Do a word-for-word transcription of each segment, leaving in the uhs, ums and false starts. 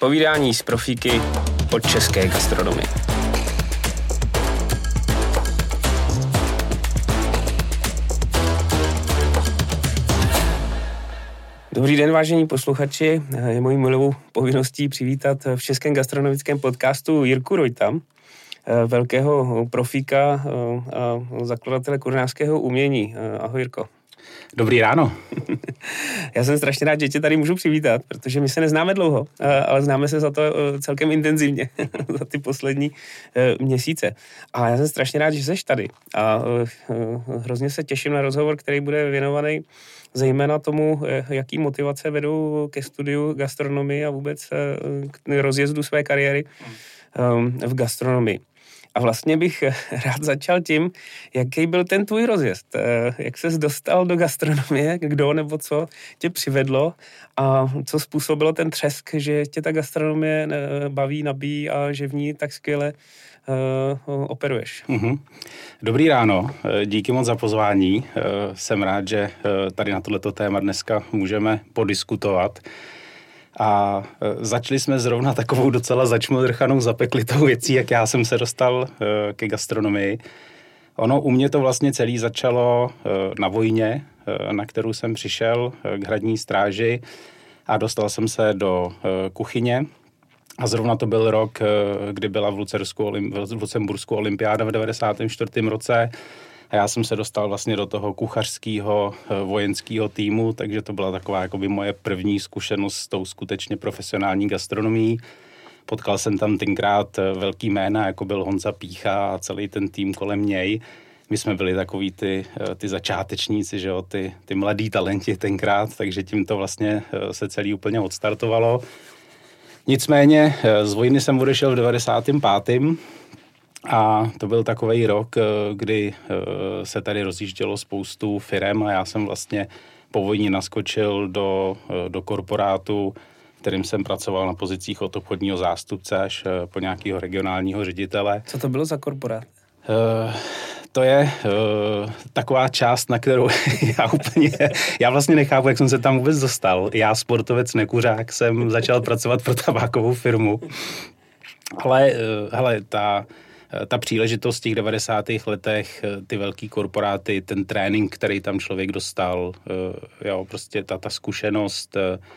Povídání z profíky o české gastronomii. Dobrý den, vážení posluchači. Je mojí milovou povinností přivítat v českém gastronomickém podcastu Jirku Rojta, velkého profíka a zakladatele kulinářského umění. Ahoj, Jirko. Dobrý ráno. Já jsem strašně rád, že tě tady můžu přivítat, protože my se neznáme dlouho, ale známe se za to celkem intenzivně, za ty poslední měsíce. A já jsem strašně rád, že jsi tady. A hrozně se těším na rozhovor, který bude věnovaný zejména tomu, jaký motivace vedou ke studiu gastronomie a vůbec k rozjezdu své kariéry v gastronomii. A vlastně bych rád začal tím, jaký byl ten tvůj rozjezd. Jak ses dostal do gastronomie, kdo nebo co tě přivedlo a co způsobilo ten třesk, že tě ta gastronomie baví, nabíjí a že v ní tak skvěle uh, operuješ. Mm-hmm. Dobrý ráno, díky moc za pozvání. Jsem rád, že tady na tohleto téma dneska můžeme podiskutovat. A začali jsme zrovna takovou docela začmodrchanou zapeklitou věcí, jak já jsem se dostal ke gastronomii. Ono u mě to vlastně celý začalo na vojně, na kterou jsem přišel k hradní stráži a dostal jsem se do kuchyně. A zrovna to byl rok, kdy byla v Lucembursku olympiáda v devadesátém čtvrtém roce. A já jsem se dostal vlastně do toho kuchařského vojenského týmu, takže to byla taková jakoby moje první zkušenost s tou skutečně profesionální gastronomií. Potkal jsem tam tenkrát velký jména, jako byl Honza Pícha a celý ten tým kolem něj. My jsme byli takový ty, ty začátečníci, že jo, ty, ty mladí talenti tenkrát, takže tím to vlastně se celý úplně odstartovalo. Nicméně z vojny jsem odešel v devadesátém pátém A to byl takovej rok, kdy se tady rozjíždělo spoustu firem a já jsem vlastně po vojně naskočil do, do korporátu, kterým jsem pracoval na pozicích od obchodního zástupce až po nějakého regionálního ředitele. Co to bylo za korporát? Uh, to je uh, taková část, na kterou já úplně, já vlastně nechápu, jak jsem se tam vůbec dostal. Já, sportovec, nekuřák, jsem začal pracovat pro tabákovou firmu. Ale, uh, hele, ta... Ta příležitost v těch devadesátých letech, ty velký korporáty, ten trénink, který tam člověk dostal, jo, prostě ta, ta zkušenost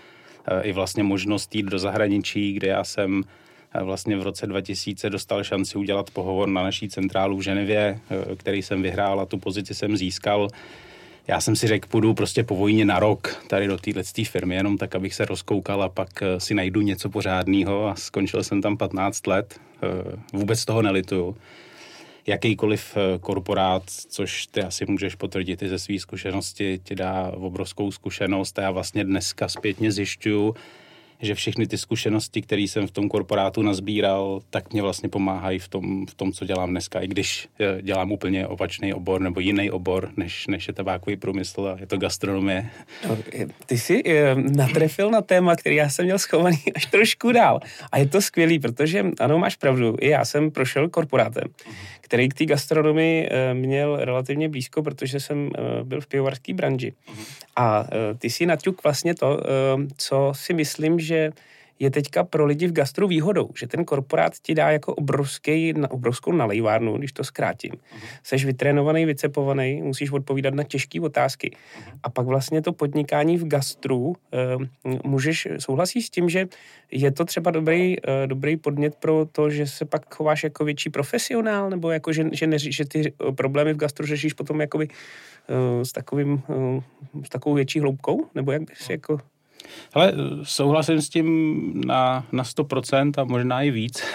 i vlastně možnost jít do zahraničí, kde já jsem vlastně v roce dva tisíce dostal šanci udělat pohovor na naší centrálu v Ženevě, který jsem vyhrál a tu pozici jsem získal. Já jsem si řekl, půjdu prostě po vojně na rok tady do této firmy, jenom tak, abych se rozkoukal a pak si najdu něco pořádného a skončil jsem tam patnáct let. Vůbec toho nelituju. Jakýkoliv korporát, což ty asi můžeš potvrdit i ze své zkušenosti, ti dá obrovskou zkušenost a já vlastně dneska zpětně zjišťuju, že všechny ty zkušenosti, které jsem v tom korporátu nazbíral, tak mě vlastně pomáhají v tom, v tom, co dělám dneska, i když dělám úplně opačný obor nebo jiný obor, než, než je tabákový průmysl a je to gastronomie. No, ty jsi natrefil na téma, který já jsem měl schovaný až trošku dál. A je to skvělý, protože ano, máš pravdu, i já jsem prošel korporátem, který k té gastronomii měl relativně blízko, protože jsem byl v pivovarské branži. A ty si naťuk vlastně to, co si myslím, že je teďka pro lidi v gastru výhodou, že ten korporát ti dá jako obrovský, obrovskou nalejvárnu, když to zkrátím. Uh-huh. Seš vytrénovaný, vycepovaný, musíš odpovídat na těžké otázky. Uh-huh. A pak vlastně to podnikání v gastru e, můžeš, souhlasíš s tím, že je to třeba dobrý, e, dobrý podnět pro to, že se pak chováš jako větší profesionál, nebo jako, že, že, neři, že ty problémy v gastru řešíš potom jakoby e, s, takovým, e, s takovou větší hloubkou? Nebo jak bys jako... Hele, souhlasím s tím na, na sto procent a možná i víc,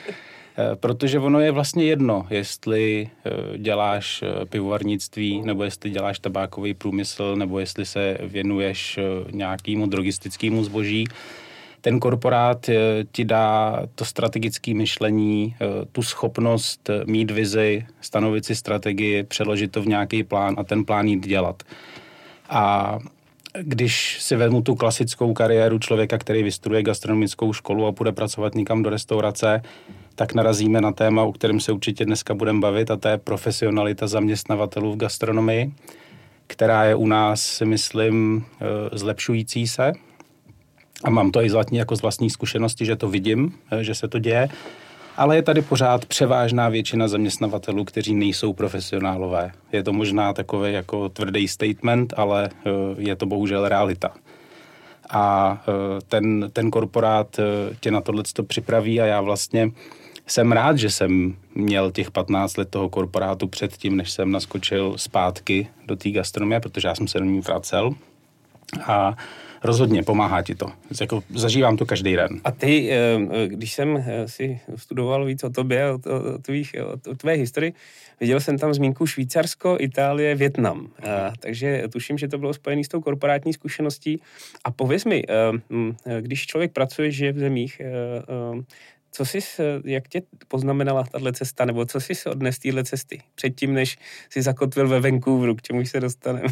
protože ono je vlastně jedno, jestli děláš pivovarnictví, nebo jestli děláš tabákový průmysl, nebo jestli se věnuješ nějakému drogistickému zboží. Ten korporát ti dá to strategické myšlení, tu schopnost mít vizi, stanovit si strategii, přeložit to v nějaký plán a ten plán jít dělat. A když si vezmu tu klasickou kariéru člověka, který vystuduje gastronomickou školu a půjde pracovat někam do restaurace, tak narazíme na téma, o kterém se určitě dneska budeme bavit, a to je profesionalita zaměstnavatelů v gastronomii, která je u nás, si myslím, zlepšující se. A mám to i zlatní jako z vlastní zkušenosti, že to vidím, že se to děje. Ale je tady pořád převážná většina zaměstnavatelů, kteří nejsou profesionálové. Je to možná takový jako tvrdý statement, ale je to bohužel realita. A ten, ten korporát tě na tohleto připraví a já vlastně jsem rád, že jsem měl těch patnáct let toho korporátu předtím, než jsem naskočil zpátky do té gastronomie, protože já jsem se do ní vracel. A rozhodně pomáhá ti to. Jako zažívám to každý den. A ty, když jsem si studoval víc o tobě, o, o, tvých, o tvé historii, viděl jsem tam zmínku Švýcarsko, Itálie, Vietnam. A, takže tuším, že to bylo spojené s tou korporátní zkušeností. A pověz mi, když člověk pracuje, žije v zemích, co jsi, jak tě poznamenala tato cesta, nebo co jsi se odnes téhle cesty předtím, než jsi zakotvil ve Vancouveru, k čemu se dostaneme?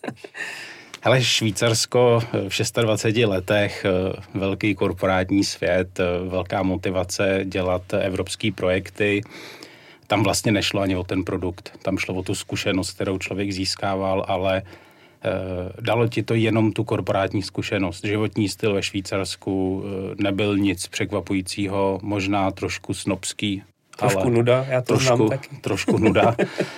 Hele, Švýcarsko v dvaceti šesti letech, velký korporátní svět, velká motivace dělat evropský projekty. Tam vlastně nešlo ani o ten produkt, tam šlo o tu zkušenost, kterou člověk získával, ale dalo ti to jenom tu korporátní zkušenost. Životní styl ve Švýcarsku nebyl nic překvapujícího, možná trošku snobský. Trošku ale nuda, já to trošku, znám taky. Trošku nuda.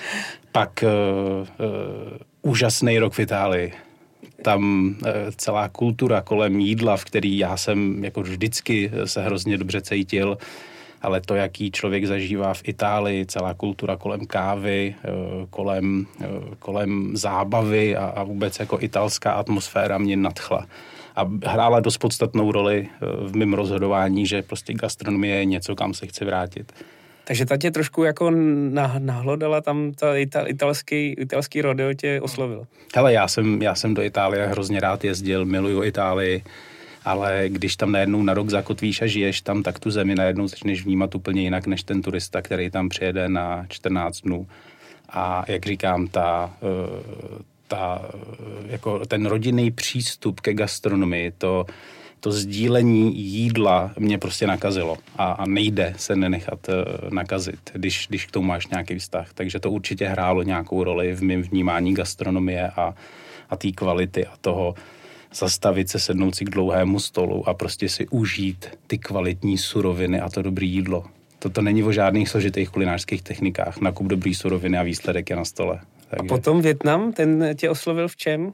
Pak uh, uh, úžasný rok v Itálii. Tam uh, celá kultura kolem jídla, v který já jsem jako vždycky se hrozně dobře cítil, ale to, jaký člověk zažívá v Itálii, celá kultura kolem kávy, kolem, kolem zábavy a, a vůbec jako italská atmosféra mě nadchla. A hrála dost podstatnou roli v mém rozhodování, že prostě gastronomie je něco, kam se chci vrátit. Takže ta tě trošku jako nahlodala, tam ta italský, italský rodeo tě oslovil. Hele, já jsem, já jsem do Itálie hrozně rád jezdil, miluju Itálii. Ale když tam najednou na rok zakotvíš a žiješ tam, tak tu zemi najednou začneš vnímat úplně jinak než ten turista, který tam přijede na čtrnáct dnů. A jak říkám, ta, ta, jako ten rodinný přístup ke gastronomii, to, to sdílení jídla mě prostě nakazilo. A, a nejde se nenechat nakazit, když, když k tomu máš nějaký vztah. Takže to určitě hrálo nějakou roli v mém vnímání gastronomie a, a té kvality a toho zastavit se, sednout si k dlouhému stolu a prostě si užít ty kvalitní suroviny a to dobré jídlo. Toto není o žádných složitých kulinářských technikách. Nakup dobrý suroviny a výsledek je na stole. Takže... A potom Vietnam, ten tě oslovil v čem?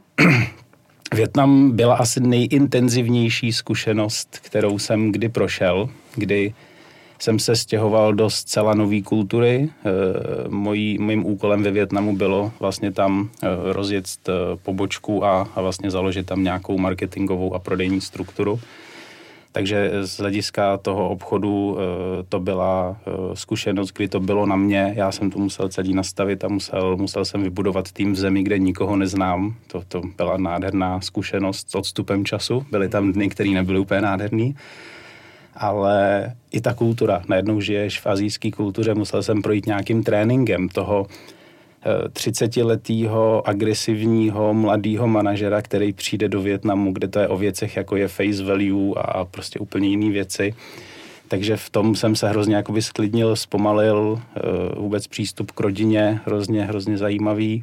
Vietnam byla asi nejintenzivnější zkušenost, kterou jsem kdy prošel, kdy jsem se stěhoval do zcela nové kultury. E, mojí, mým úkolem ve Vietnamu bylo vlastně tam e, rozjet e, pobočku a, a vlastně založit tam nějakou marketingovou a prodejní strukturu. Takže z hlediska toho obchodu e, to byla e, zkušenost, kdy to bylo na mě. Já jsem to musel celý nastavit a musel, musel jsem vybudovat tým v zemi, kde nikoho neznám. To, to byla nádherná zkušenost s odstupem času. Byly tam dny, které nebyly úplně nádherný. Ale i ta kultura, najednou žiješ v asijské kultuře, musel jsem projít nějakým tréninkem toho třicetiletého agresivního mladého manažera, který přijde do Vietnamu, kde to je o věcech, jako je face value a prostě úplně jiné věci. Takže v tom jsem se hrozně jakoby sklidnil, zpomalil, vůbec přístup k rodině, hrozně, hrozně zajímavý.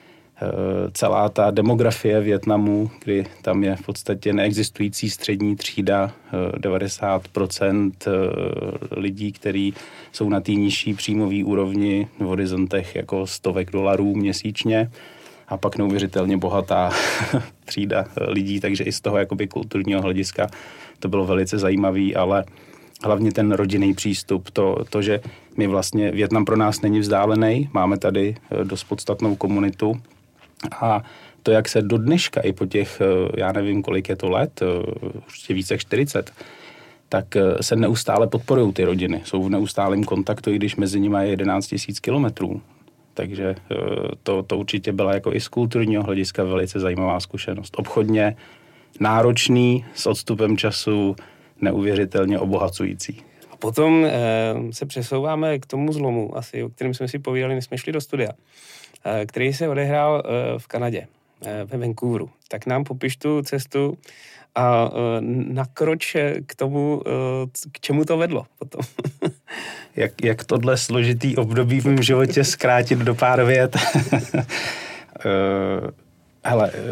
Celá ta demografie Vietnamu, kdy tam je v podstatě neexistující střední třída, devadesát procent lidí, kteří jsou na té nižší příjmové úrovni v horizontech jako stovek dolarů měsíčně a pak neuvěřitelně bohatá třída lidí, takže i z toho jakoby kulturního hlediska to bylo velice zajímavý, ale hlavně ten rodinný přístup, to, to, že my vlastně, Vietnam pro nás není vzdálený, máme tady dost podstatnou komunitu, a to, jak se do dneška i po těch, já nevím, kolik je to let, určitě více jak čtyřicet, tak se neustále podporují ty rodiny. Jsou v neustálém kontaktu, i když mezi nimi je jedenáct tisíc kilometrů. Takže to, to určitě byla jako i z kulturního hlediska velice zajímavá zkušenost. Obchodně náročný, s odstupem času neuvěřitelně obohacující. A potom eh, se přesouváme k tomu zlomu, asi, o kterém jsme si povídali, než jsme šli do studia, eh, který se odehrál eh, v Kanadě, eh, ve Vancouveru. Tak nám popiš tu cestu a eh, nakroč k tomu, eh, k čemu to vedlo potom. jak, jak tohle složitý období v mém životě zkrátit do pár vět? uh, hele, uh,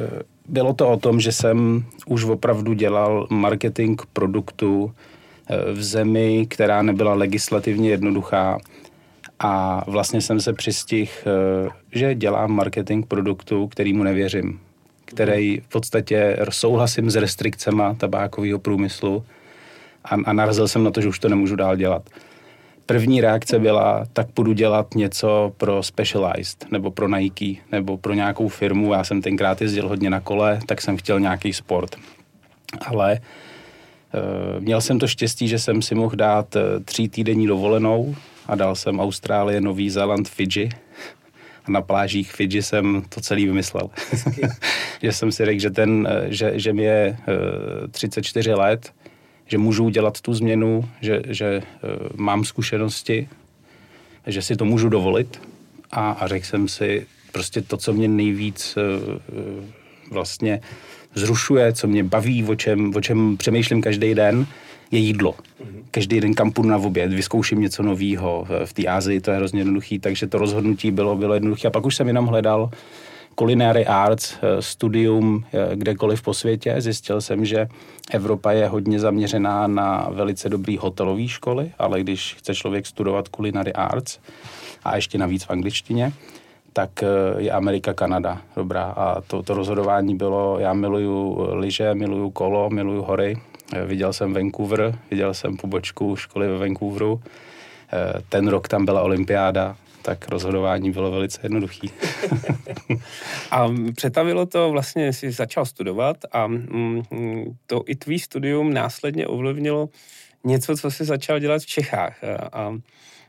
bylo to o tom, že jsem už opravdu dělal marketing produktu v zemi, která nebyla legislativně jednoduchá a vlastně jsem se přistihl, že dělám marketing produktu, kterýmu nevěřím, který v podstatě souhlasím s restrikcema tabákového průmyslu a, a narazil jsem na to, že už to nemůžu dál dělat. První reakce byla, tak půjdu dělat něco pro Specialized, nebo pro Nike, nebo pro nějakou firmu. Já jsem tenkrát jezdil hodně na kole, tak jsem chtěl nějaký sport. Ale e, měl jsem to štěstí, že jsem si mohl dát tří týdenní dovolenou a dal jsem Austrálie, Nový Zéland, Fidži. A na plážích Fidži jsem to celý vymyslel. Že jsem si řekl, že, ten, že, že mi je třicet čtyři let, že můžu udělat tu změnu, že, že uh, mám zkušenosti, že si to můžu dovolit a, a řekl jsem si prostě to, co mě nejvíc uh, vlastně zrušuje, co mě baví, o čem, o čem přemýšlím každý den, je jídlo. Každý den kam půjdu na oběd, vyzkouším něco novýho. V té Asii to je hrozně jednoduchý, takže to rozhodnutí bylo, bylo jednoduché. A pak už jsem jenom hledal Culinary Arts, studium kdekoliv po světě. Zjistil jsem, že Evropa je hodně zaměřená na velice dobrý hotelové školy, ale když chce člověk studovat Culinary Arts a ještě navíc v angličtině, tak je Amerika, Kanada dobrá. A to, to rozhodování bylo, já miluju lyže, miluju kolo, miluju hory. Viděl jsem Vancouver, viděl jsem pobočku školy ve Vancouveru. Ten rok tam byla olympiáda, tak rozhodování bylo velice jednoduchý. A přetavilo to vlastně, jsi začal studovat a mm, to i tvý studium následně ovlivnilo něco, co jsi začal dělat v Čechách. A, a, a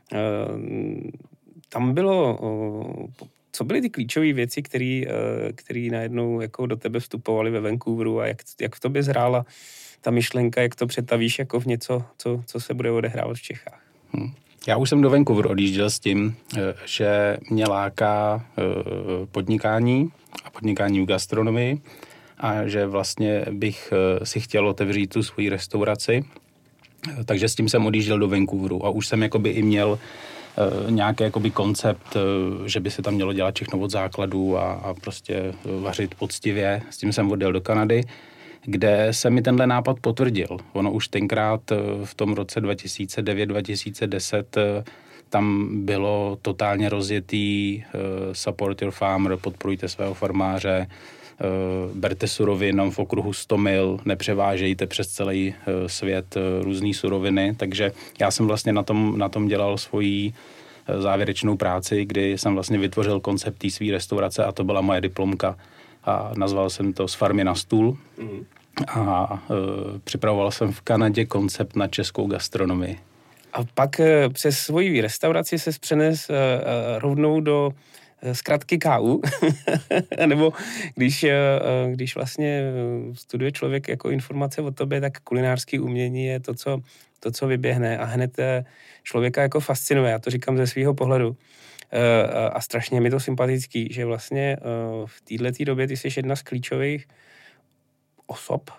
tam bylo, co byly ty klíčové věci, které najednou jako do tebe vstupovaly ve Vancouveru a jak, jak v tobě zhrála ta myšlenka, jak to přetavíš jako v něco, co, co se bude odehrávat v Čechách? Hmm. Já už jsem do Vancouveru odjížděl s tím, že mě láká podnikání a podnikání v gastronomii a že vlastně bych si chtěl otevřít tu svoji restauraci. Takže s tím jsem odjížděl do Vancouveru a už jsem jakoby i měl nějaký jakoby koncept, že by se tam mělo dělat všechno od základů a, a prostě vařit poctivě. S tím jsem odjel do Kanady, kde se mi tenhle nápad potvrdil. Ono už tenkrát v tom roce dva tisíce devět dva tisíce deset tam bylo totálně rozjetý uh, support your farmer, podporujte svého farmáře, uh, berte suroviny jenom v okruhu sto mil, nepřevážejte přes celý uh, svět uh, různý suroviny, takže já jsem vlastně na tom, na tom dělal svoji uh, závěrečnou práci, kdy jsem vlastně vytvořil koncept té své restaurace a to byla moje diplomka. A nazval jsem to Z farmy na stůl mm. a e, připravoval jsem v Kanadě koncept na českou gastronomii. A pak e, přes svoji restauraci se přenes e, e, rovnou do e, zkratky K U, nebo když, e, když vlastně studuje člověk jako informace o tobě, tak kulinářské umění je to co, to, co vyběhne a hned e, člověka jako fascinuje, já to říkám ze svého pohledu. A strašně mi to sympatický, že vlastně v této době ty jsi jedna z klíčových osob,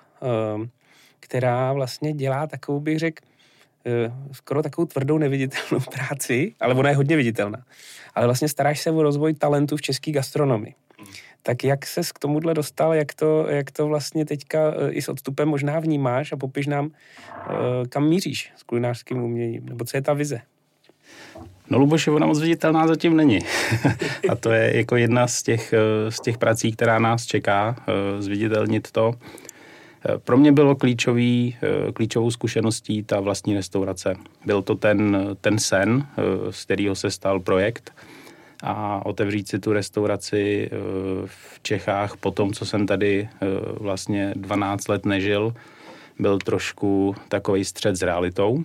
která vlastně dělá takovou, bych řekl, skoro takovou tvrdou neviditelnou práci, ale ona je hodně viditelná. Ale vlastně staráš se o rozvoj talentu v české gastronomii. Tak jak ses k tomuhle dostal, jak to, jak to vlastně teďka i s odstupem možná vnímáš a popiš nám, kam míříš s kulinářským uměním, nebo co je ta vize? No Luboši, ona moc viditelná zatím není. A to je jako jedna z těch, z těch prací, která nás čeká, zviditelnit to. Pro mě bylo klíčový, klíčovou zkušeností ta vlastní restaurace. Byl to ten, ten sen, z kterého se stal projekt. A otevřít si tu restauraci v Čechách po tom, co jsem tady vlastně dvanáct let nežil, byl trošku takový střet s realitou.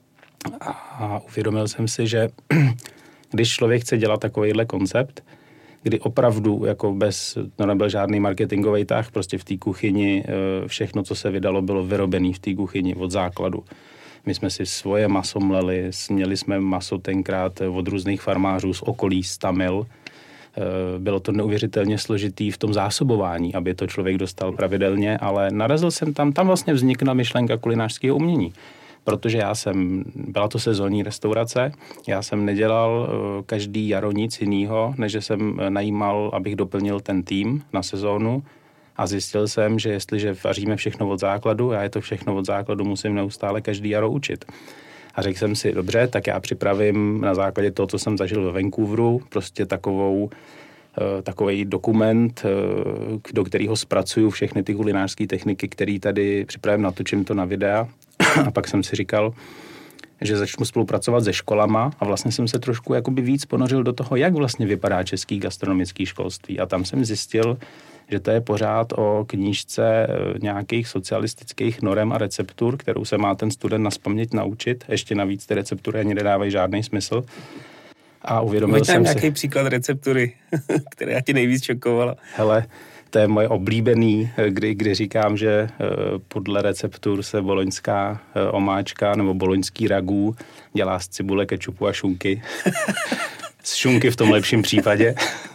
A uvědomil jsem si, že když člověk chce dělat takovýhle koncept, kdy opravdu jako bez, to nebyl žádný marketingový tah, prostě v té kuchyni všechno, co se vydalo, bylo vyrobené v té kuchyni od základu. My jsme si svoje maso mleli, měli jsme maso tenkrát od různých farmářů z okolí, z Tamil. Bylo to neuvěřitelně složitý v tom zásobování, aby to člověk dostal pravidelně, ale narazil jsem tam, tam vlastně vznikla myšlenka kulinářského umění. Protože já jsem, byla to sezónní restaurace, já jsem nedělal každý jaro nic jinýho, než že jsem najímal, abych doplnil ten tým na sezónu A zjistil jsem, že jestliže vaříme všechno od základu, já je to všechno od základu musím neustále každý jaro učit. A řekl jsem si, dobře, tak já připravím na základě toho, co jsem zažil ve Vancouveru, prostě takovou, takový dokument, do kterého zpracuju všechny ty kulinářské techniky, které tady připravím, natočím to na videa. A pak jsem si říkal, že začnu spolupracovat se školama a vlastně jsem se trošku jakoby víc ponořil do toho, jak vlastně vypadá český gastronomický školství. A tam jsem zjistil, že to je pořád o knížce nějakých socialistických norem a receptur, kterou se má ten student nazpaměť naučit. Ještě navíc ty receptury ani nedávají žádný smysl. A uvědomil jsem si... nějaký příklad receptury, která tě nejvíc šokovala? Hele, to je moje oblíbený, kdy, kdy říkám, že podle receptur se boloňská omáčka nebo boloňský ragú dělá z cibule, kečupu a šunky. Z šunky v tom lepším případě.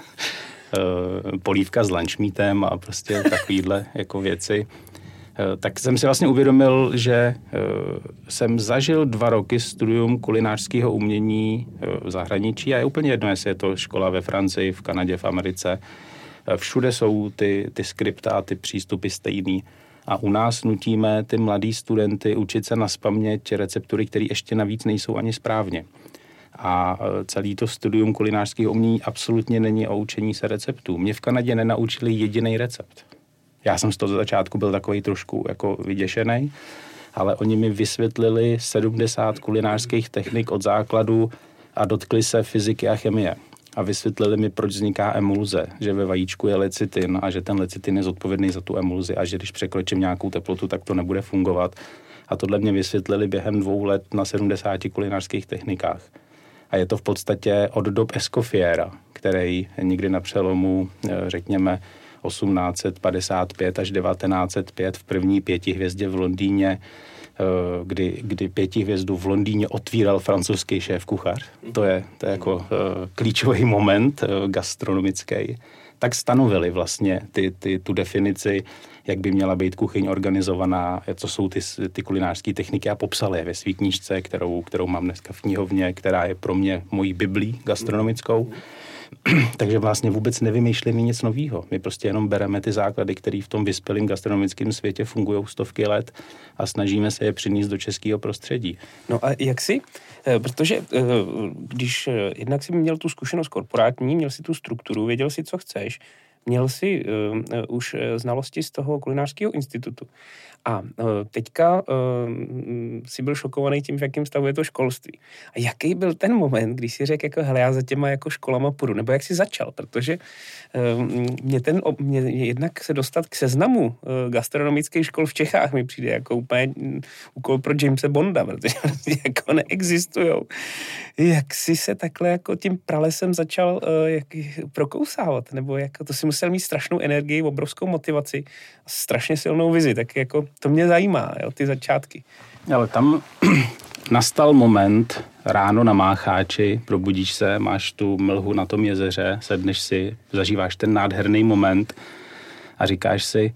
Polívka s lunchmeatem a prostě takovýhle jako věci. Tak jsem si vlastně uvědomil, že jsem zažil dva roky studium kulinářského umění v zahraničí a je úplně jedno, jestli je to škola ve Francii, v Kanadě, v Americe. Všude jsou ty, ty skripta a ty přístupy stejný. A u nás nutíme ty mladý studenty učit se nazpaměť receptury, které ještě navíc nejsou ani správně. A celý to studium kulinářského umění absolutně není o učení se receptů. Mě v Kanadě nenaučili jediný recept. Já jsem z toho začátku byl takový trošku jako vyděšený, ale oni mi vysvětlili sedmdesát kulinářských technik od základu a dotkli se fyziky a chemie. A vysvětlili mi, proč vzniká emulze, že ve vajíčku je lecitin a že ten lecitin je zodpovědný za tu emulzi a že když překročím nějakou teplotu, tak to nebude fungovat. A tohle mě vysvětlili během dvou let na sedmdesáti kulinářských technikách. A je to v podstatě od dob Escoffiera, který někdy na přelomu, řekněme, osmnáct padesát pět až devatenáct set pět v první pětihvězdě v Londýně, kdy, kdy pětihvězdu v Londýně otvíral francouzský šéfkuchař. To je, to je jako uh, klíčový moment uh, gastronomický. Tak stanovili vlastně ty, ty, tu definici, jak by měla být kuchyň organizovaná, co jsou ty, ty kulinářské techniky a popsali je ve svý knížce, kterou, kterou mám dneska v knihovně, která je pro mě mojí biblí gastronomickou. Takže vlastně vůbec nevymýšlíme nic nového. My prostě jenom bereme ty základy, které v tom vyspělém gastronomickém světě fungují stovky let a snažíme se je přinést do českého prostředí. No a jak si? Protože když jednak si měl tu zkušenost korporátní, měl si tu strukturu, věděl si, co chceš, měl si uh, už znalosti z toho kulinářského institutu. A uh, teďka uh, si byl šokovaný tím, v jakém stavu je to školství. A jaký byl ten moment, když si řekl, jako, hele, já za těma jako školama půjdu, nebo jak jsi začal, protože uh, mě ten, mě jednak se dostat k seznamu uh, gastronomických škol v Čechách mi přijde jako úplně úkol pro Jamese Bonda, protože jako neexistujou. Jak jsi se takhle jako tím pralesem začal uh, jak, prokousávat, nebo jako to si musel mít strašnou energii, obrovskou motivaci, strašně silnou vizi, tak jako to mě zajímá, jo, ty začátky. Ale tam nastal moment ráno na Mácháči, probudíš se, máš tu mlhu na tom jezeře, sedneš si, zažíváš ten nádherný moment a říkáš si,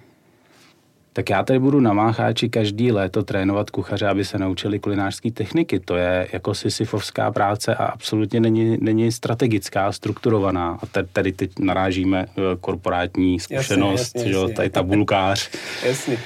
tak já tady budu na Mácháči každý léto trénovat kuchaře, aby se naučili kulinářské techniky. To je jako sisyfovská práce a absolutně není, není strategická, strukturovaná. A tady teď narážíme korporátní zkušenost, jasně, jasně, že jasně. Tady tabulkář. Jasně.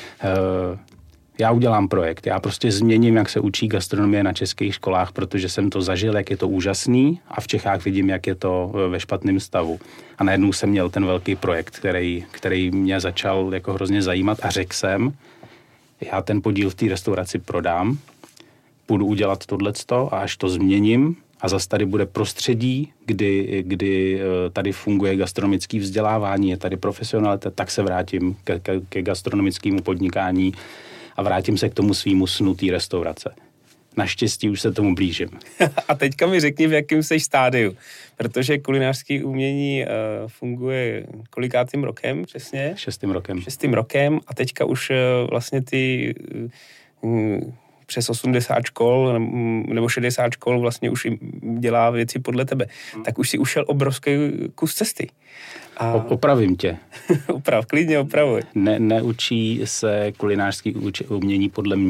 Já udělám projekt, já prostě změním, jak se učí gastronomie na českých školách, protože jsem to zažil, jak je to úžasný a v Čechách vidím, jak je to ve špatném stavu. A najednou jsem měl ten velký projekt, který, který mě začal jako hrozně zajímat a řekl jsem, já ten podíl v té restauraci prodám, půjdu udělat tohleto a až to změním a zase tady bude prostředí, kdy, kdy tady funguje gastronomické vzdělávání, je tady profesionalita, tak se vrátím ke, ke, ke gastronomickému podnikání a vrátím se k tomu svýmu snu té restaurace. Naštěstí už se tomu blížím. A teďka mi řekni, v jakém jsi stádiu, protože kulinářské umění uh, funguje kolikátým rokem přesně? Šestým rokem. Šestým rokem a teďka už uh, vlastně ty uh, přes osmdesát škol nebo šedesát škol vlastně už dělá věci podle tebe. Hmm. Tak už si ušel obrovský kus cesty. A... Opravím tě. Oprav, klidně opravuj. Ne, neučí se kulinářský umění podle mě.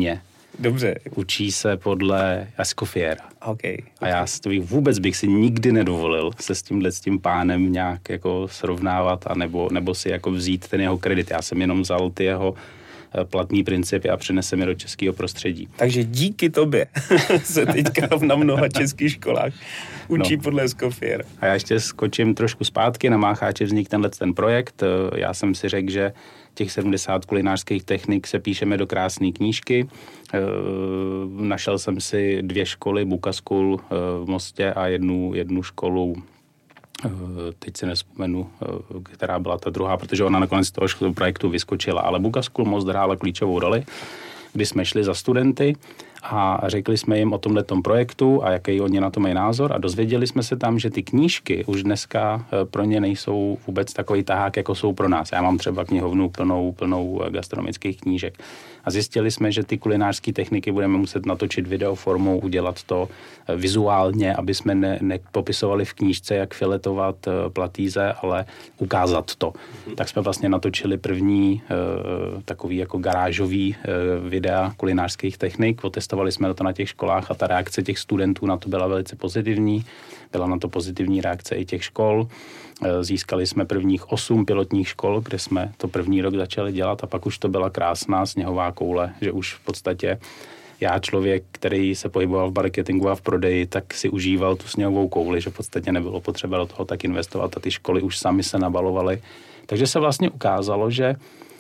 Dobře. Učí se podle Escoffiera. Okay, okay. A já to bych, vůbec bych si nikdy nedovolil se s tímhle s tím pánem nějak jako srovnávat a nebo, nebo si jako vzít ten jeho kredit. Já jsem jenom vzal ty jeho platný principy a přenesem je do českého prostředí. Takže díky tobě se teďka na mnoha českých školách učí no. podle Escoffiera. A já ještě skočím trošku zpátky, na Mácháči vznikl tenhle ten projekt. Já jsem si řekl, že těch sedmdesát kulinářských technik se píšeme do krásné knížky. Našel jsem si dvě školy, Buka School v Mostě a jednu, jednu školu, teď si nespomenu, která byla ta druhá, protože ona nakonec toho projektu vyskočila, ale Buka School Most hrála klíčovou roli, kdy jsme šli za studenty a řekli jsme jim o tomhletom projektu a jaký oni na to mají názor a dozvěděli jsme se tam, že ty knížky už dneska pro ně nejsou vůbec takový tahák, jako jsou pro nás. Já mám třeba knihovnu plnou, plnou gastronomických knížek. A zjistili jsme, že ty kulinářské techniky budeme muset natočit videoformou, udělat to vizuálně, aby jsme ne, nepopisovali v knížce, jak filetovat platýze, ale ukázat to. Mm-hmm. Tak jsme vlastně natočili první uh, takový jako garážový uh, videa kulinářských technik. Otestovali jsme to na těch školách a ta reakce těch studentů na to byla velice pozitivní. Byla na to pozitivní reakce i těch škol. Získali jsme prvních osm pilotních škol, kde jsme to první rok začali dělat a pak už to byla krásná sněhová koule, že už v podstatě já, člověk, který se pohyboval v marketingu a v prodeji, tak si užíval tu sněhovou kouli, že v podstatě nebylo potřeba do toho tak investovat a ty školy už sami se nabalovaly. Takže se vlastně ukázalo, že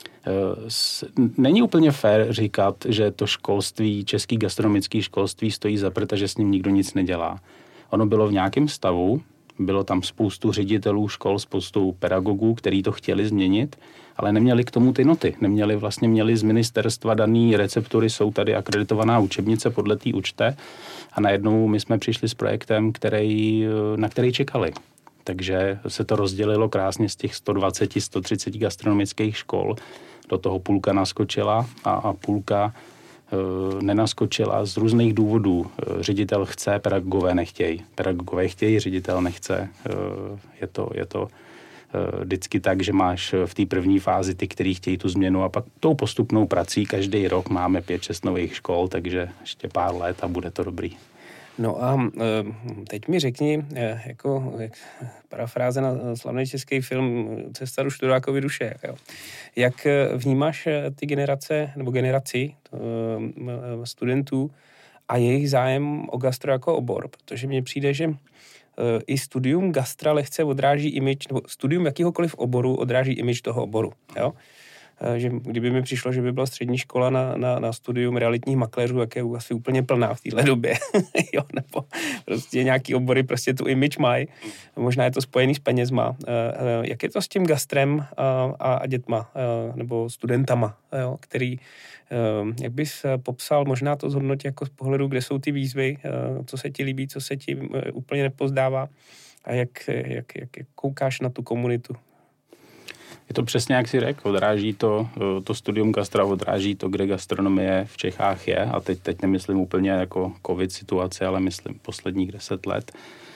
není úplně fér říkat, že to školství, český gastronomický školství stojí za prd a že s ním nikdo nic nedělá. Ono bylo v nějakém stavu, bylo tam spoustu ředitelů škol, spoustu pedagogů, kteří to chtěli změnit, ale neměli k tomu ty noty. Neměli, vlastně měli z ministerstva daný receptury, jsou tady akreditovaná učebnice podle té učte a najednou my jsme přišli s projektem, který, na který čekali. Takže se to rozdělilo krásně z těch sto dvacet, sto třicet gastronomických škol. Do toho půlka naskočila a, a půlka e, nenaskočila z různých důvodů. E, ředitel chce, pedagogové nechtějí. Pedagogové chtějí, ředitel nechce. E, je to, je to e, vždycky tak, že máš v té první fázi ty, kteří chtějí tu změnu a pak tou postupnou prací každý rok máme pět, šest nových škol, takže ještě pár let a bude to dobrý. No a teď mi řekni, jako parafráze na slavný český film Cesta do Študákovy duše, jo. Jak vnímáš ty generace, nebo generaci studentů a jejich zájem o gastro jako obor? Protože mně přijde, že i studium gastra lehce odráží image, nebo studium jakýhokoliv oboru odráží image toho oboru, jo. Že kdyby mi přišlo, že by byla střední škola na, na, na studium realitních makléřů, jak je asi úplně plná v téhle době, jo, nebo prostě nějaký obory prostě tu image mají, možná je to spojený s penězma. Jak je to s tím gastrem a, a dětma, nebo studentama, jo, který, jak bys popsal možná to zhodnotě jako z pohledu, kde jsou ty výzvy, co se ti líbí, co se ti úplně nepozdává a jak, jak, jak, jak koukáš na tu komunitu? Je to přesně, jak jsi řekl, odráží to, to studium gastra, odráží to, kde gastronomie v Čechách je a teď, teď nemyslím úplně jako covid situace, ale myslím posledních deset let.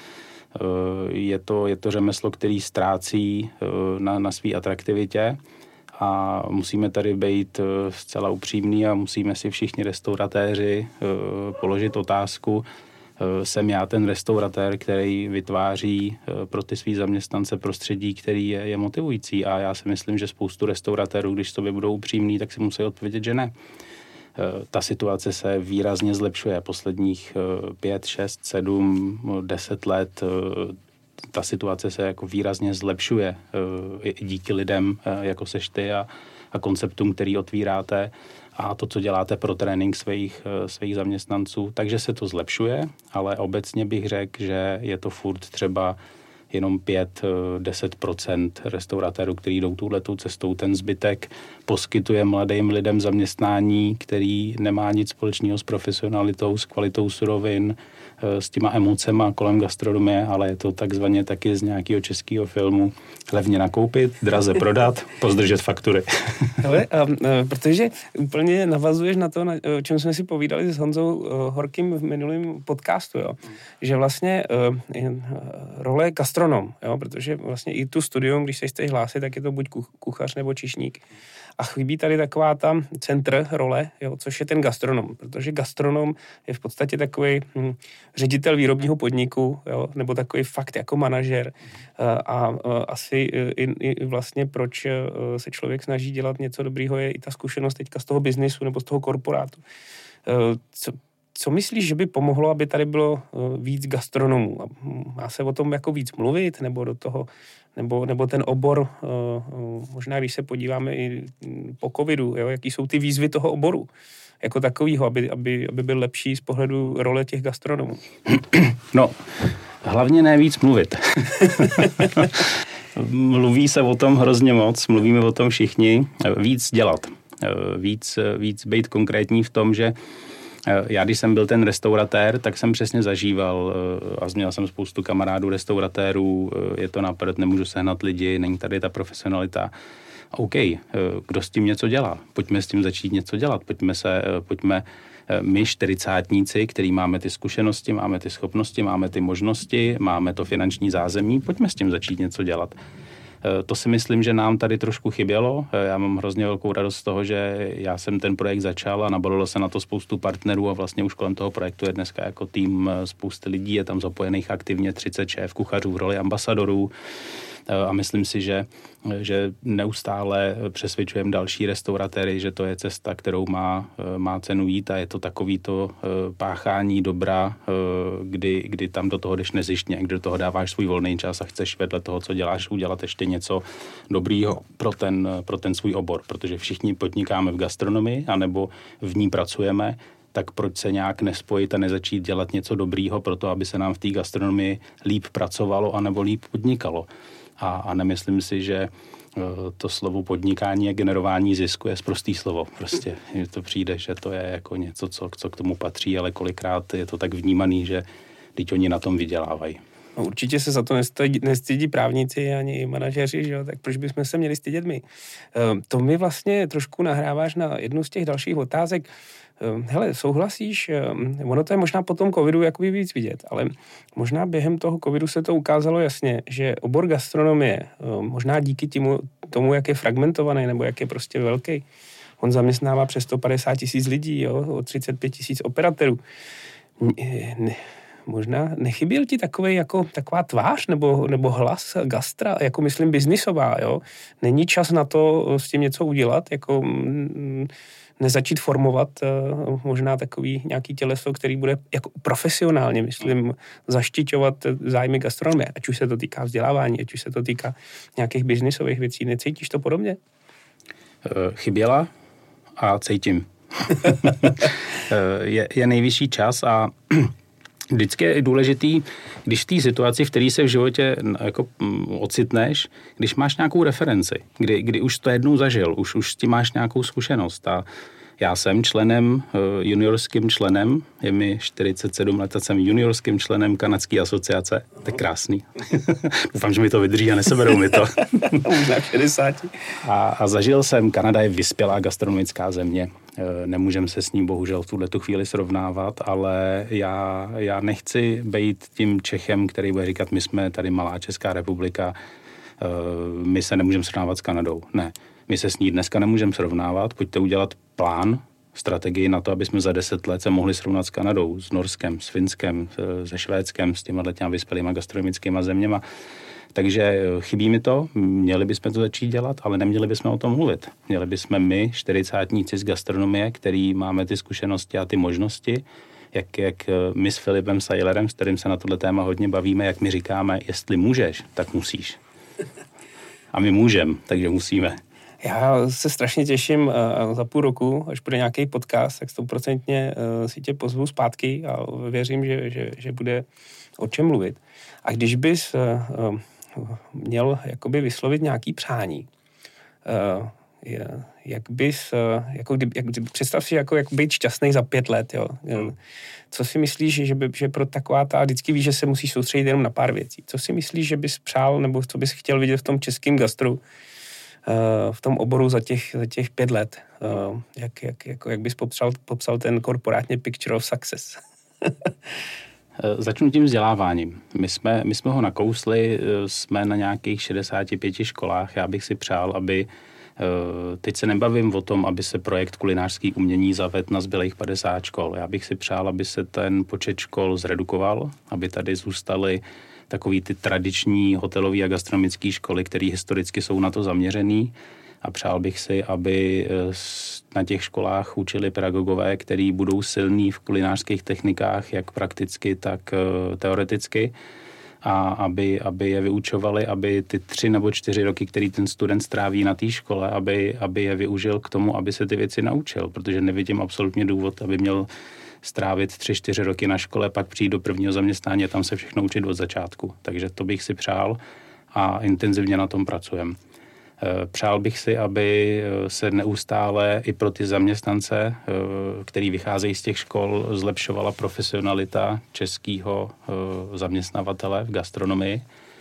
Je to, je to řemeslo, který ztrácí na, na své atraktivitě a musíme tady být zcela upřímní a musíme si všichni restauratéři položit otázku, jsem já ten restauratér, který vytváří pro ty svý zaměstnance prostředí, který je, je motivující a já si myslím, že spoustu restauratérů, když sobě budou upřímní, tak si musí odpovědět, že ne. Ta situace se výrazně zlepšuje posledních pět, šest, sedm, deset let. Ta situace se jako výrazně zlepšuje i díky lidem, jako seš ty a, a konceptům, který otvíráte a to, co děláte pro trénink svých, svých zaměstnanců. Takže se to zlepšuje, ale obecně bych řekl, že je to furt třeba jenom pět až deset procent restauratérů, kteří jdou touhletou cestou. Ten zbytek poskytuje mladým lidem zaměstnání, který nemá nic společného s profesionalitou, s kvalitou surovin, s těma emocema kolem gastronomie, ale je to takzvaně taky z nějakého českého filmu levně nakoupit, draze prodat, pozdržet faktury. Ale a, a, protože úplně navazuješ na to, na, o čem jsme si povídali s Honzou uh, Horkým v minulém podcastu, jo? Že vlastně uh, role gastro gastronom, jo, protože vlastně i tu studium, když se chceš hlásit, tak je to buď kuchař nebo čišník. A chybí tady taková ta centr role, jo, což je ten gastronom, protože gastronom je v podstatě takový hm, ředitel výrobního podniku, jo, nebo takový fakt jako manažer. A, a, a asi i, i vlastně proč se člověk snaží dělat něco dobrýho, je i ta zkušenost teďka z toho biznisu nebo z toho korporátu. Co, co myslíš, že by pomohlo, aby tady bylo víc gastronomů? Má se o tom jako víc mluvit, nebo do toho, nebo, nebo ten obor, možná když se podíváme i po covidu, jo, jaký jsou ty výzvy toho oboru, jako takovýho, aby, aby, aby byl lepší z pohledu role těch gastronomů? No, hlavně ne víc mluvit. Mluví se o tom hrozně moc, mluvíme o tom všichni, víc dělat. Víc, víc být konkrétní v tom, že já, když jsem byl ten restauratér, tak jsem přesně zažíval a měl jsem spoustu kamarádů restauratérů, je to na prd, nemůžu sehnat lidi, není tady ta profesionalita. OK, kdo s tím něco dělá? Pojďme s tím začít něco dělat. Pojďme se, pojďme my čtyřicátníci, který máme ty zkušenosti, máme ty schopnosti, máme ty možnosti, máme to finanční zázemí, pojďme s tím začít něco dělat. To si myslím, že nám tady trošku chybělo. Já mám hrozně velkou radost z toho, že já jsem ten projekt začal a nabalilo se na to spoustu partnerů a vlastně už kolem toho projektu je dneska jako tým spousty lidí, je tam zapojených aktivně třicet šéf kuchařů v roli ambasadorů. A myslím si, že, že neustále přesvědčujeme další restauratéry, že to je cesta, kterou má, má cenu jít a je to takový to páchání dobra, kdy, kdy tam do toho jdeš nezištně, kdy do toho dáváš svůj volný čas a chceš vedle toho, co děláš, udělat ještě něco dobrýho pro ten, pro ten svůj obor, protože všichni podnikáme v gastronomii anebo v ní pracujeme, tak proč se nějak nespojit a nezačít dělat něco dobrýho pro to, aby se nám v té gastronomii líp pracovalo anebo líp podnikalo. A, a nemyslím si, že to slovo podnikání a generování zisku je sprostý slovo. Prostě mně to přijde, že to je jako něco, co, co k tomu patří, ale kolikrát je to tak vnímaný, že teď oni na tom vydělávají. No, určitě se za to nestydí, nestydí právníci ani manažeři, že jo? Tak proč bychom se měli stydět my? To mi vlastně trošku nahráváš na jednu z těch dalších otázek. Hele, souhlasíš, ono to je možná po tom covidu jakoby víc vidět, ale možná během toho covidu se to ukázalo jasně, že obor gastronomie, možná díky tomu, tomu jak je fragmentovaný nebo jak je prostě velký, on zaměstnává přes sto padesát tisíc lidí, jo, o třicet pět tisíc operatérů. Ne, možná nechyběl ti takovej, jako, taková tvář nebo, nebo hlas gastra, jako myslím biznisová, jo? Není čas na to s tím něco udělat, jako mm, nezačít formovat uh, možná takový nějaký těleso, který bude jako profesionálně, myslím, zaštiťovat zájmy gastronomie, ať už se to týká vzdělávání, ať už se to týká nějakých biznisových věcí. Necítíš to podobně? Chyběla a cítím. je, je nejvyšší čas a vždycky je důležitý, když v té situaci, v které se v životě jako ocitneš, když máš nějakou referenci, kdy, kdy už to jednou zažil, už, už s tím máš nějakou zkušenost. A já jsem členem, juniorským členem, je mi čtyřicet sedm let a jsem juniorským členem kanadské asociace. To je krásný. Doufám, že mi to vydrží a neseberou mi to. Na šedesát. A, a zažil jsem, Kanada je vyspělá gastronomická země. Nemůžeme se s ní bohužel v tuhle chvíli srovnávat, ale já, já nechci být tím Čechem, který bude říkat, my jsme tady malá Česká republika, my se nemůžeme srovnávat s Kanadou. Ne, my se s ní dneska nemůžeme srovnávat, pojďte udělat plán, strategii na to, aby jsme za deset let se mohli srovnat s Kanadou, s Norskem, s Finskem, se Švédskem, s těma těma vyspělýma gastronomickýma zeměma. Takže chybí mi to, měli bychom to začít dělat, ale neměli bychom o tom mluvit. Měli bychom my, čtyřicátníci z gastronomie, který máme ty zkušenosti a ty možnosti, jak, jak my s Filipem Sajlerem, s kterým se na tohle téma hodně bavíme, jak my říkáme, jestli můžeš, tak musíš. A my můžeme, takže musíme. Já se strašně těším uh, za půl roku, až bude nějaký podcast, tak stoprocentně uh, si tě pozvu zpátky a věřím, že, že, že bude o čem mluvit. A když bys uh, měl jakoby vyslovit nějaký přání, uh, jak bys, uh, jako kdy, jak, představ si, jako, jak být šťastný za pět let, jo. Hmm. Co si myslíš, že, by, že pro taková ta, vždycky víš, že se musíš soustředit jenom na pár věcí. Co si myslíš, že bys přál, nebo co bys chtěl vidět v tom českém gastru, v tom oboru za těch, za těch pět let. Jak, jak, jako, jak bys popsal, popsal ten korporátně picture of success? Začnu tím vzděláváním. My jsme, my jsme ho nakousli, jsme na nějakých šedesáti pěti školách. Já bych si přál, aby, teď se nebavím o tom, aby se projekt kulinářský umění zavedl na zbylých padesát škol. Já bych si přál, aby se ten počet škol zredukoval, aby tady zůstaly takový ty tradiční hotelové a gastronomické školy, které historicky jsou na to zaměřený. A přál bych si, aby na těch školách učili pedagogové, kteří budou silní v kulinářských technikách, jak prakticky, tak teoreticky. A aby, aby je vyučovali, aby ty tři nebo čtyři roky, který ten student stráví na té škole, aby, aby je využil k tomu, aby se ty věci naučil. Protože nevidím absolutně důvod, aby měl strávit tři, čtyři roky na škole, pak přijít do prvního zaměstnání a tam se všechno učit od začátku. Takže to bych si přál a intenzivně na tom pracujeme. Přál bych si, aby se neustále i pro ty zaměstnance, který vycházejí z těch škol, zlepšovala profesionalita českého zaměstnavatele v gastronomii.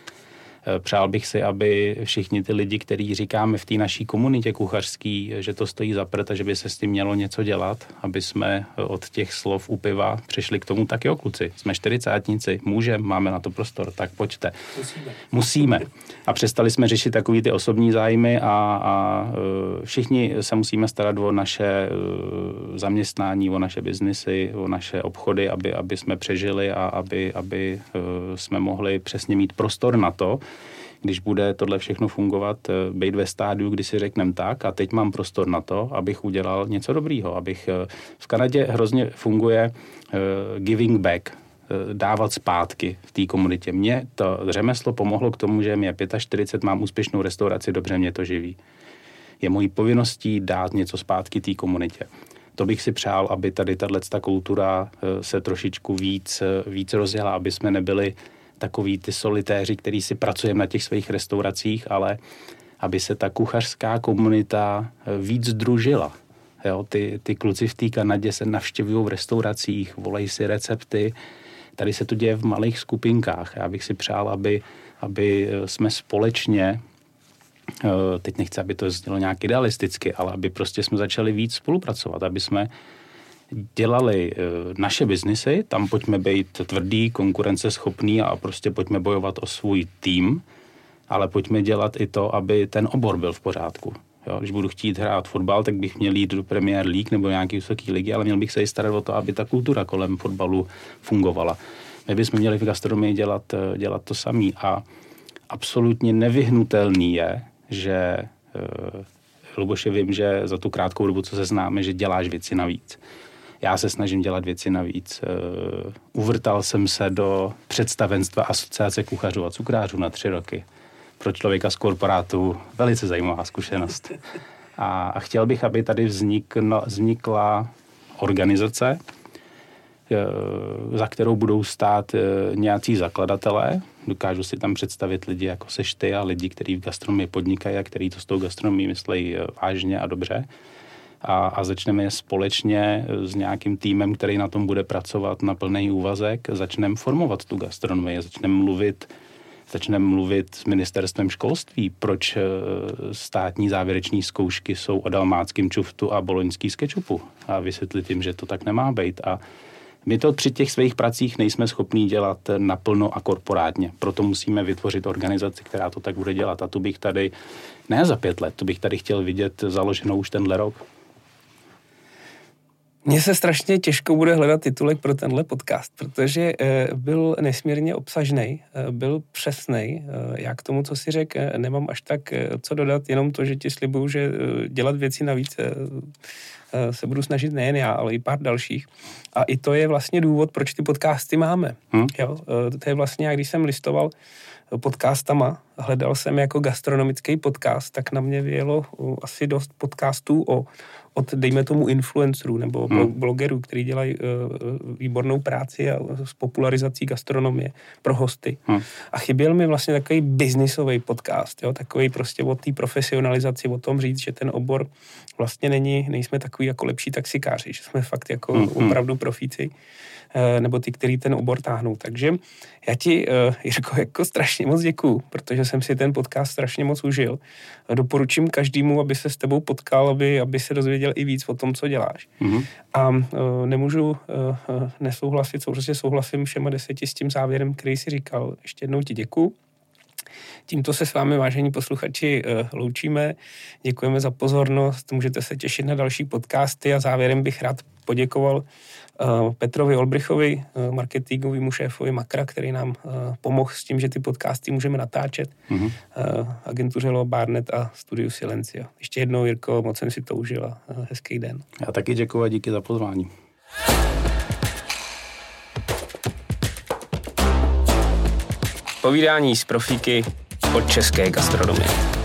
Přál bych si, aby všichni ty lidi, kteří říkáme v té naší komunitě kuchařský, že to stojí za prd a že by se s tím mělo něco dělat, aby jsme od těch slov u piva přešli k tomu, tak jo, kluci, jsme čtyřicátníci, můžeme, máme na to prostor, tak pojďte. Musíme. Musíme. A přestali jsme řešit takový ty osobní zájmy a, a všichni se musíme starat o naše zaměstnání, o naše biznisy, o naše obchody, aby, aby jsme přežili a aby, aby jsme mohli přesně mít prostor na to, když bude tohle všechno fungovat, být ve stádiu, kdy si řekneme tak a teď mám prostor na to, abych udělal něco dobrýho, abych v Kanadě hrozně funguje uh, giving back, uh, dávat zpátky v té komunitě. Mně to řemeslo pomohlo k tomu, že mě čtyřicet pět, mám úspěšnou restauraci, dobře mě to živí. Je mojí povinností dát něco zpátky té komunitě. To bych si přál, aby tady tato kultura se trošičku víc, víc rozjela, aby jsme nebyli takový ty solitéři, který si pracujeme na těch svých restauracích, ale aby se ta kuchařská komunita víc družila. Jo, ty, ty kluci v té Kanadě se navštěvují v restauracích, volají si recepty. Tady se to děje v malých skupinkách. Já bych si přál, aby, aby jsme společně, teď nechci, aby to znělo nějak idealisticky, ale aby prostě jsme začali víc spolupracovat, aby jsme dělali naše biznisy, tam pojďme být tvrdý, konkurenceschopný a prostě pojďme bojovat o svůj tým, ale pojďme dělat i to, aby ten obor byl v pořádku. Jo, když budu chtít hrát fotbal, tak bych měl jít do Premier League nebo nějaký vysoký ligy, ale měl bych se i starat o to, aby ta kultura kolem fotbalu fungovala. My bychom měli v gastronomii dělat, dělat to samý a absolutně nevyhnutelný je, že Luboše, vím, že za tu krátkou dobu, co se známe, že děláš věci navíc. Já se snažím dělat věci navíc. Uh, uvrtal jsem se do představenstva Asociace kuchařů a cukrářů na tři roky. Pro člověka z korporátu velice zajímavá zkušenost. A, a chtěl bych, aby tady vznikla, vznikla organizace, uh, za kterou budou stát uh, nějací zakladatelé. Dokážu si tam představit lidi jako seš ty a lidi, kteří v gastronomii podnikají a kteří to s tou gastronomií myslejí uh, vážně a dobře. A, a začneme společně s nějakým týmem, který na tom bude pracovat na plný úvazek, začneme formovat tu gastronomii, začneme mluvit, začneme mluvit s ministerstvem školství, proč státní závěreční zkoušky jsou o dalmáckém čuftu a boloňský z kečupu a vysvětlit jim, že to tak nemá být. A my to při těch svých pracích nejsme schopní dělat naplno a korporátně. Proto musíme vytvořit organizaci, která to tak bude dělat. A tu bych tady, ne za pět let, tu bych tady chtěl vidět založenou už tenhle rok. Mně se strašně těžko bude hledat titulek pro tenhle podcast, protože byl nesmírně obsažnej, byl přesnej. Já k tomu, co si řekl, nemám až tak co dodat, jenom to, že ti slibuju, že dělat věci navíc se budu snažit nejen já, ale i pár dalších. A i to je vlastně důvod, proč ty podcasty máme. Hmm. Jo? To je vlastně, jak když jsem listoval podcastama, hledal jsem jako gastronomický podcast, tak na mě vyjelo asi dost podcastů o, od, dejme tomu, influencerů nebo hmm. blogerů, kteří dělají uh, výbornou práci a s popularizací gastronomie pro hosty. Hmm. A chyběl mi vlastně takový biznisový podcast, jo? Takový prostě o té profesionalizaci, o tom říct, že ten obor vlastně není, nejsme takový jako lepší taxikáři, že jsme fakt jako hmm. opravdu profíci, nebo ty, který ten obor táhnou. Takže já ti, Jirko, jako strašně strašně moc děkuju, protože jsem si ten podcast strašně moc užil. Doporučím každému, aby se s tebou potkal, aby, aby se dozvěděl i víc o tom, co děláš. Mm-hmm. A uh, nemůžu uh, nesouhlasit, současně souhlasím všema deseti s tím závěrem, který jsi říkal. Ještě jednou ti děkuju. Tímto se s vámi, vážení posluchači, loučíme. Děkujeme za pozornost, můžete se těšit na další podcasty a závěrem bych rád poděkoval Petrovi Olbrichovi, marketingovému šéfovi Makra, který nám pomohl s tím, že ty podcasty můžeme natáčet. Mm-hmm. Agentuře Law Barnett a studiu Silencio. Ještě jednou, Jirko, moc jsem si to užil a hezký den. Já taky děkuji a díky za pozvání. Povídání z profíky od české gastronomie.